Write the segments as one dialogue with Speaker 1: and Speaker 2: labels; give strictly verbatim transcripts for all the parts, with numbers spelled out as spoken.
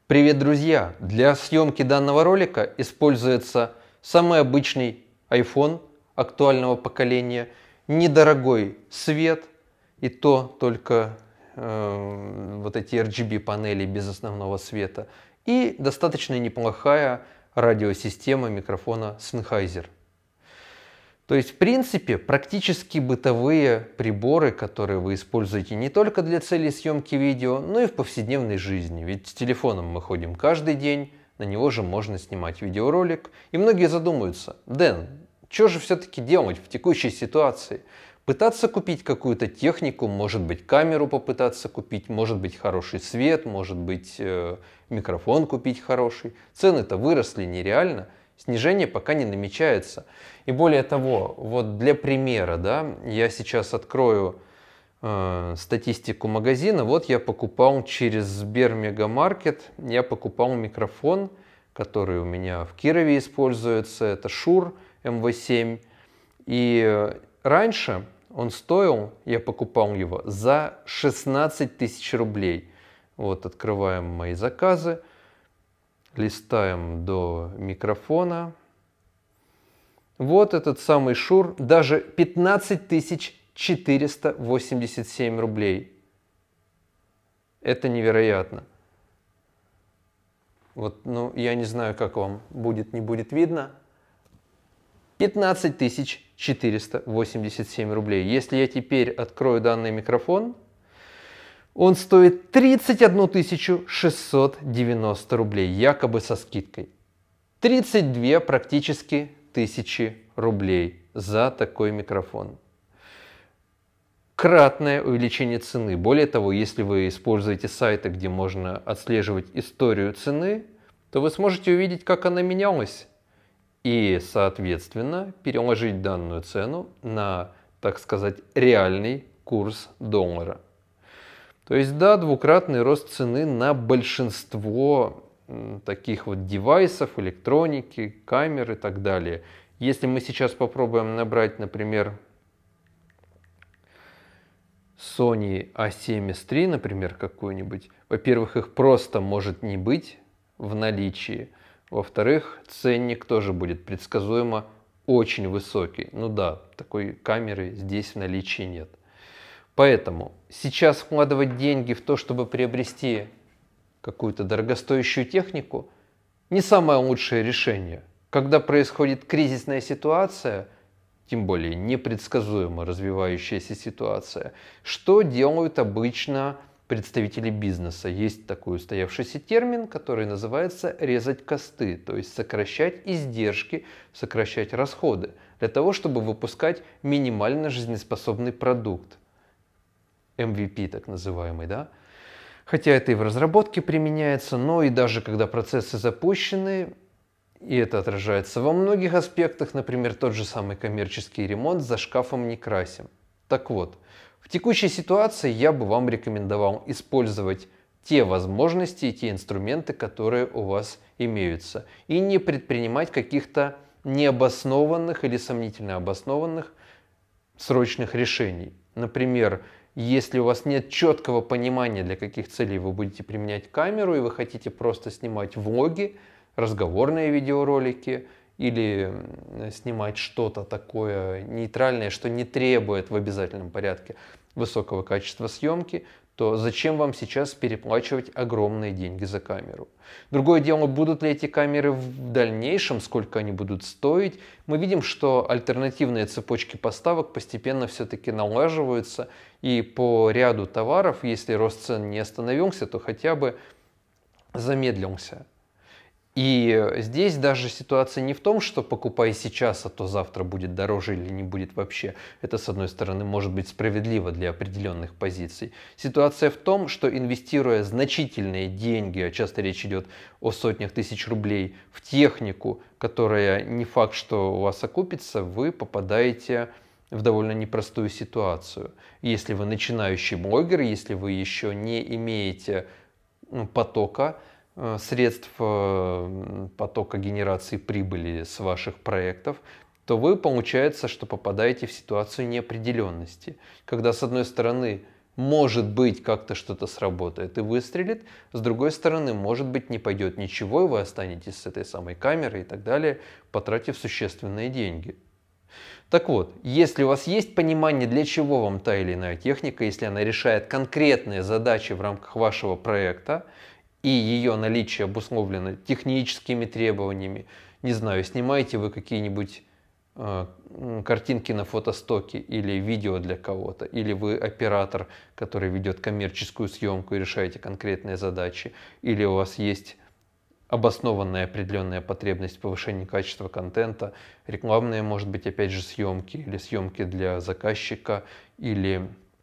Speaker 1: Привет, друзья! Для съемки данного ролика используется самый обычный iPhone актуального поколения, недорогой свет, и то только э, вот эти эр джи би панели без основного света, и достаточно неплохая радиосистема микрофона Sennheiser. То есть, в принципе, практически бытовые приборы, которые вы используете не только для целей съемки видео, но и в повседневной жизни. Ведь с телефоном мы ходим каждый день, на него же можно снимать видеоролик. И многие задумаются: Дэн, что же все-таки делать в текущей ситуации? Пытаться купить какую-то технику, может быть, камеру попытаться купить, может быть, хороший свет, может быть, э, микрофон купить хороший. Цены-то выросли нереально. Снижение пока не намечается. И более того, вот для примера, да, я сейчас открою э, статистику магазина. Вот я покупал через Сбермегамаркет, я покупал микрофон, который у меня в Кирове используется. Это Shure эм ви семь. И раньше он стоил, я покупал его за шестнадцать тысяч рублей. Вот открываем мои заказы. Листаем до микрофона. Вот этот самый Shure, даже пятнадцать тысяч четыреста восемьдесят семь рублей. Это невероятно. Вот, ну, я не знаю, как вам будет, не будет видно. пятнадцать тысяч четыреста восемьдесят семь рублей. Если я теперь открою данный микрофон, он стоит тридцать одну тысячу шестьсот девяносто рублей, якобы со скидкой. тридцать две практически тысячи рублей за такой микрофон. Кратное увеличение цены. Более того, если вы используете сайты, где можно отслеживать историю цены, то вы сможете увидеть, как она менялась. И, соответственно, переложить данную цену на, так сказать, реальный курс доллара. То есть, да, двукратный рост цены на большинство таких вот девайсов, электроники, камер и так далее. Если мы сейчас попробуем набрать, например, Sony а семь эс три, например, какую-нибудь, во-первых, их просто может не быть в наличии. Во-вторых, ценник тоже будет предсказуемо очень высокий. Ну да, такой камеры здесь в наличии нет. Поэтому сейчас вкладывать деньги в то, чтобы приобрести какую-то дорогостоящую технику, не самое лучшее решение. Когда происходит кризисная ситуация, тем более непредсказуемо развивающаяся ситуация, что делают обычно представители бизнеса? Есть такой устоявшийся термин, который называется резать косты, то есть сокращать издержки, сокращать расходы, для того, чтобы выпускать минимально жизнеспособный продукт. эм ви пи так называемый, да? Хотя это и в разработке применяется, но и даже когда процессы запущены, и это отражается во многих аспектах, например, тот же самый коммерческий ремонт за шкафом не красим. Так вот, в текущей ситуации я бы вам рекомендовал использовать те возможности и те инструменты, которые у вас имеются, и не предпринимать каких-то необоснованных или сомнительно обоснованных срочных решений. Например, если у вас нет четкого понимания, для каких целей вы будете применять камеру, и вы хотите просто снимать влоги, разговорные видеоролики или снимать что-то такое нейтральное, что не требует в обязательном порядке высокого качества съемки, то зачем вам сейчас переплачивать огромные деньги за камеру? Другое дело, будут ли эти камеры в дальнейшем, сколько они будут стоить. Мы видим, что альтернативные цепочки поставок постепенно все-таки налаживаются, и по ряду товаров, если рост цен не остановился, то хотя бы замедлился. И здесь даже ситуация не в том, что покупай сейчас, а то завтра будет дороже или не будет вообще. Это, с одной стороны, может быть справедливо для определенных позиций. Ситуация в том, что инвестируя значительные деньги, а часто речь идет о сотнях тысяч рублей, в технику, которая не факт, что у вас окупится, вы попадаете в довольно непростую ситуацию. Если вы начинающий блогер, если вы еще не имеете потока, средств потока генерации прибыли с ваших проектов, то вы, получается, что попадаете в ситуацию неопределенности. Когда, с одной стороны, Может быть, как-то что-то сработает и выстрелит. С другой стороны, может быть, не пойдет ничего, и вы останетесь с этой самой камерой и так далее, потратив существенные деньги. Так вот, если у вас есть понимание, для чего вам та или иная техника, если она решает конкретные задачи в рамках вашего проекта, и ее наличие обусловлено техническими требованиями, не знаю, снимаете вы какие-нибудь э, картинки на фотостоке или видео для кого-то, или вы оператор, который ведет коммерческую съемку и решаете конкретные задачи, или у вас есть обоснованная определенная потребность в повышении качества контента, рекламные, может быть, опять же, съемки, или съемки для заказчика, или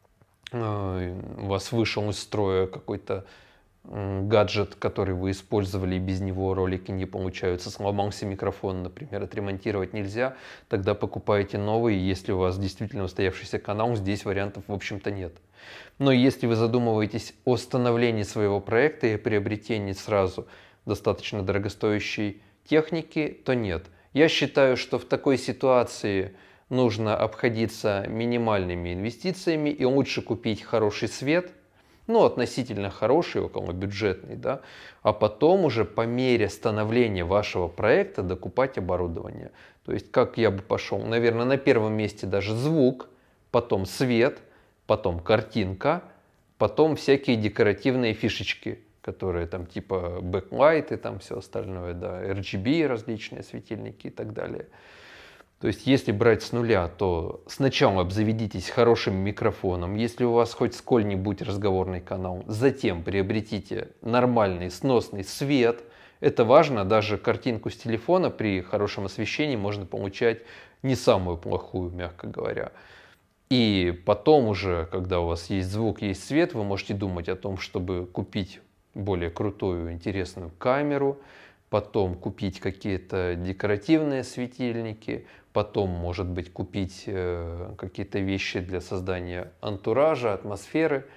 Speaker 1: э, у вас вышел из строя какой-то гаджет, который вы использовали, и без него ролики не получаются, сломался микрофон, например, отремонтировать нельзя, тогда покупаете новый, если у вас действительно устоявшийся канал, здесь вариантов, в общем-то, нет. Но если вы задумываетесь о становлении своего проекта и о приобретении сразу достаточно дорогостоящей техники, то нет. Я считаю, что в такой ситуации нужно обходиться минимальными инвестициями и лучше купить хороший свет, ну, относительно хороший, около бюджетный, да, а потом уже по мере становления вашего проекта докупать оборудование. То есть, как я бы пошел, наверное, на первом месте даже звук, потом свет, потом картинка, потом всякие декоративные фишечки, которые там типа бэклайты, там все остальное, да, эр джи би различные светильники и так далее. То есть, если брать с нуля, то сначала обзаведитесь хорошим микрофоном, если у вас хоть сколь-нибудь разговорный канал, затем приобретите нормальный сносный свет. Это важно, даже картинку с телефона при хорошем освещении можно получать не самую плохую, мягко говоря. И потом уже, когда у вас есть звук, есть свет, вы можете думать о том, чтобы купить более крутую, интересную камеру, потом купить какие-то декоративные светильники, потом, может быть, купить э, какие-то вещи для создания антуража, атмосферы,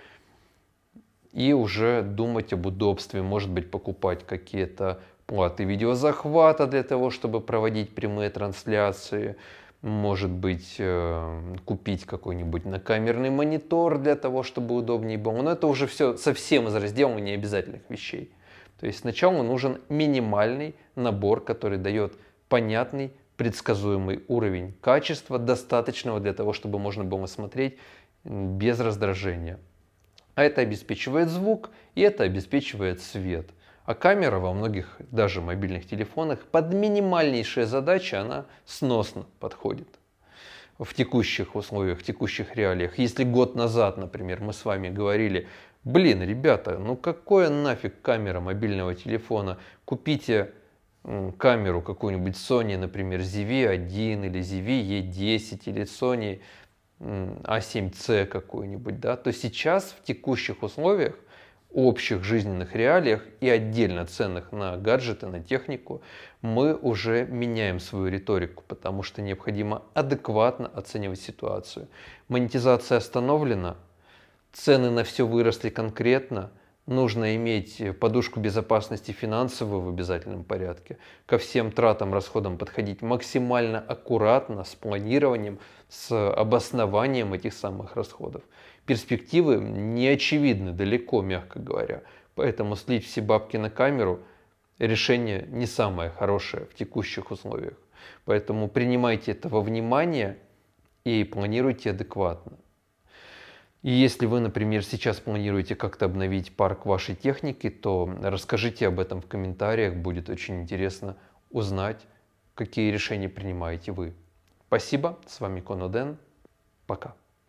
Speaker 1: и уже думать об удобстве, может быть, покупать какие-то платы видеозахвата для того, чтобы проводить прямые трансляции, может быть, э, купить какой-нибудь накамерный монитор для того, чтобы удобнее было. Но это уже все совсем из раздела необязательных вещей. То есть сначала нужен минимальный набор, который дает понятный, предсказуемый уровень качества, достаточного для того, чтобы можно было смотреть без раздражения. А это обеспечивает звук, и это обеспечивает свет. А камера во многих, даже мобильных телефонах, под минимальнейшие задачи она сносно подходит в текущих условиях, в текущих реалиях. Если год назад, например, мы с вами говорили: блин, ребята, ну какое нафиг камера мобильного телефона? Купите камеру какую-нибудь Sony, например, зет ви один или зет ви и десять или Sony а семь си какую-нибудь, да, то сейчас в текущих условиях, общих жизненных реалиях и отдельно ценных на гаджеты, на технику, мы уже меняем свою риторику, потому что необходимо адекватно оценивать ситуацию. Монетизация остановлена, цены на все выросли конкретно, нужно иметь подушку безопасности финансовую в обязательном порядке, ко всем тратам, расходам подходить максимально аккуратно, с планированием, с обоснованием этих самых расходов. Перспективы не очевидны далеко, мягко говоря, поэтому слить все бабки на камеру решение не самое хорошее в текущих условиях. Поэтому принимайте это во внимание и планируйте адекватно. И если вы, например, сейчас планируете как-то обновить парк вашей техники, то расскажите об этом в комментариях, будет очень интересно узнать, какие решения принимаете вы. Спасибо, с вами Коноден, пока.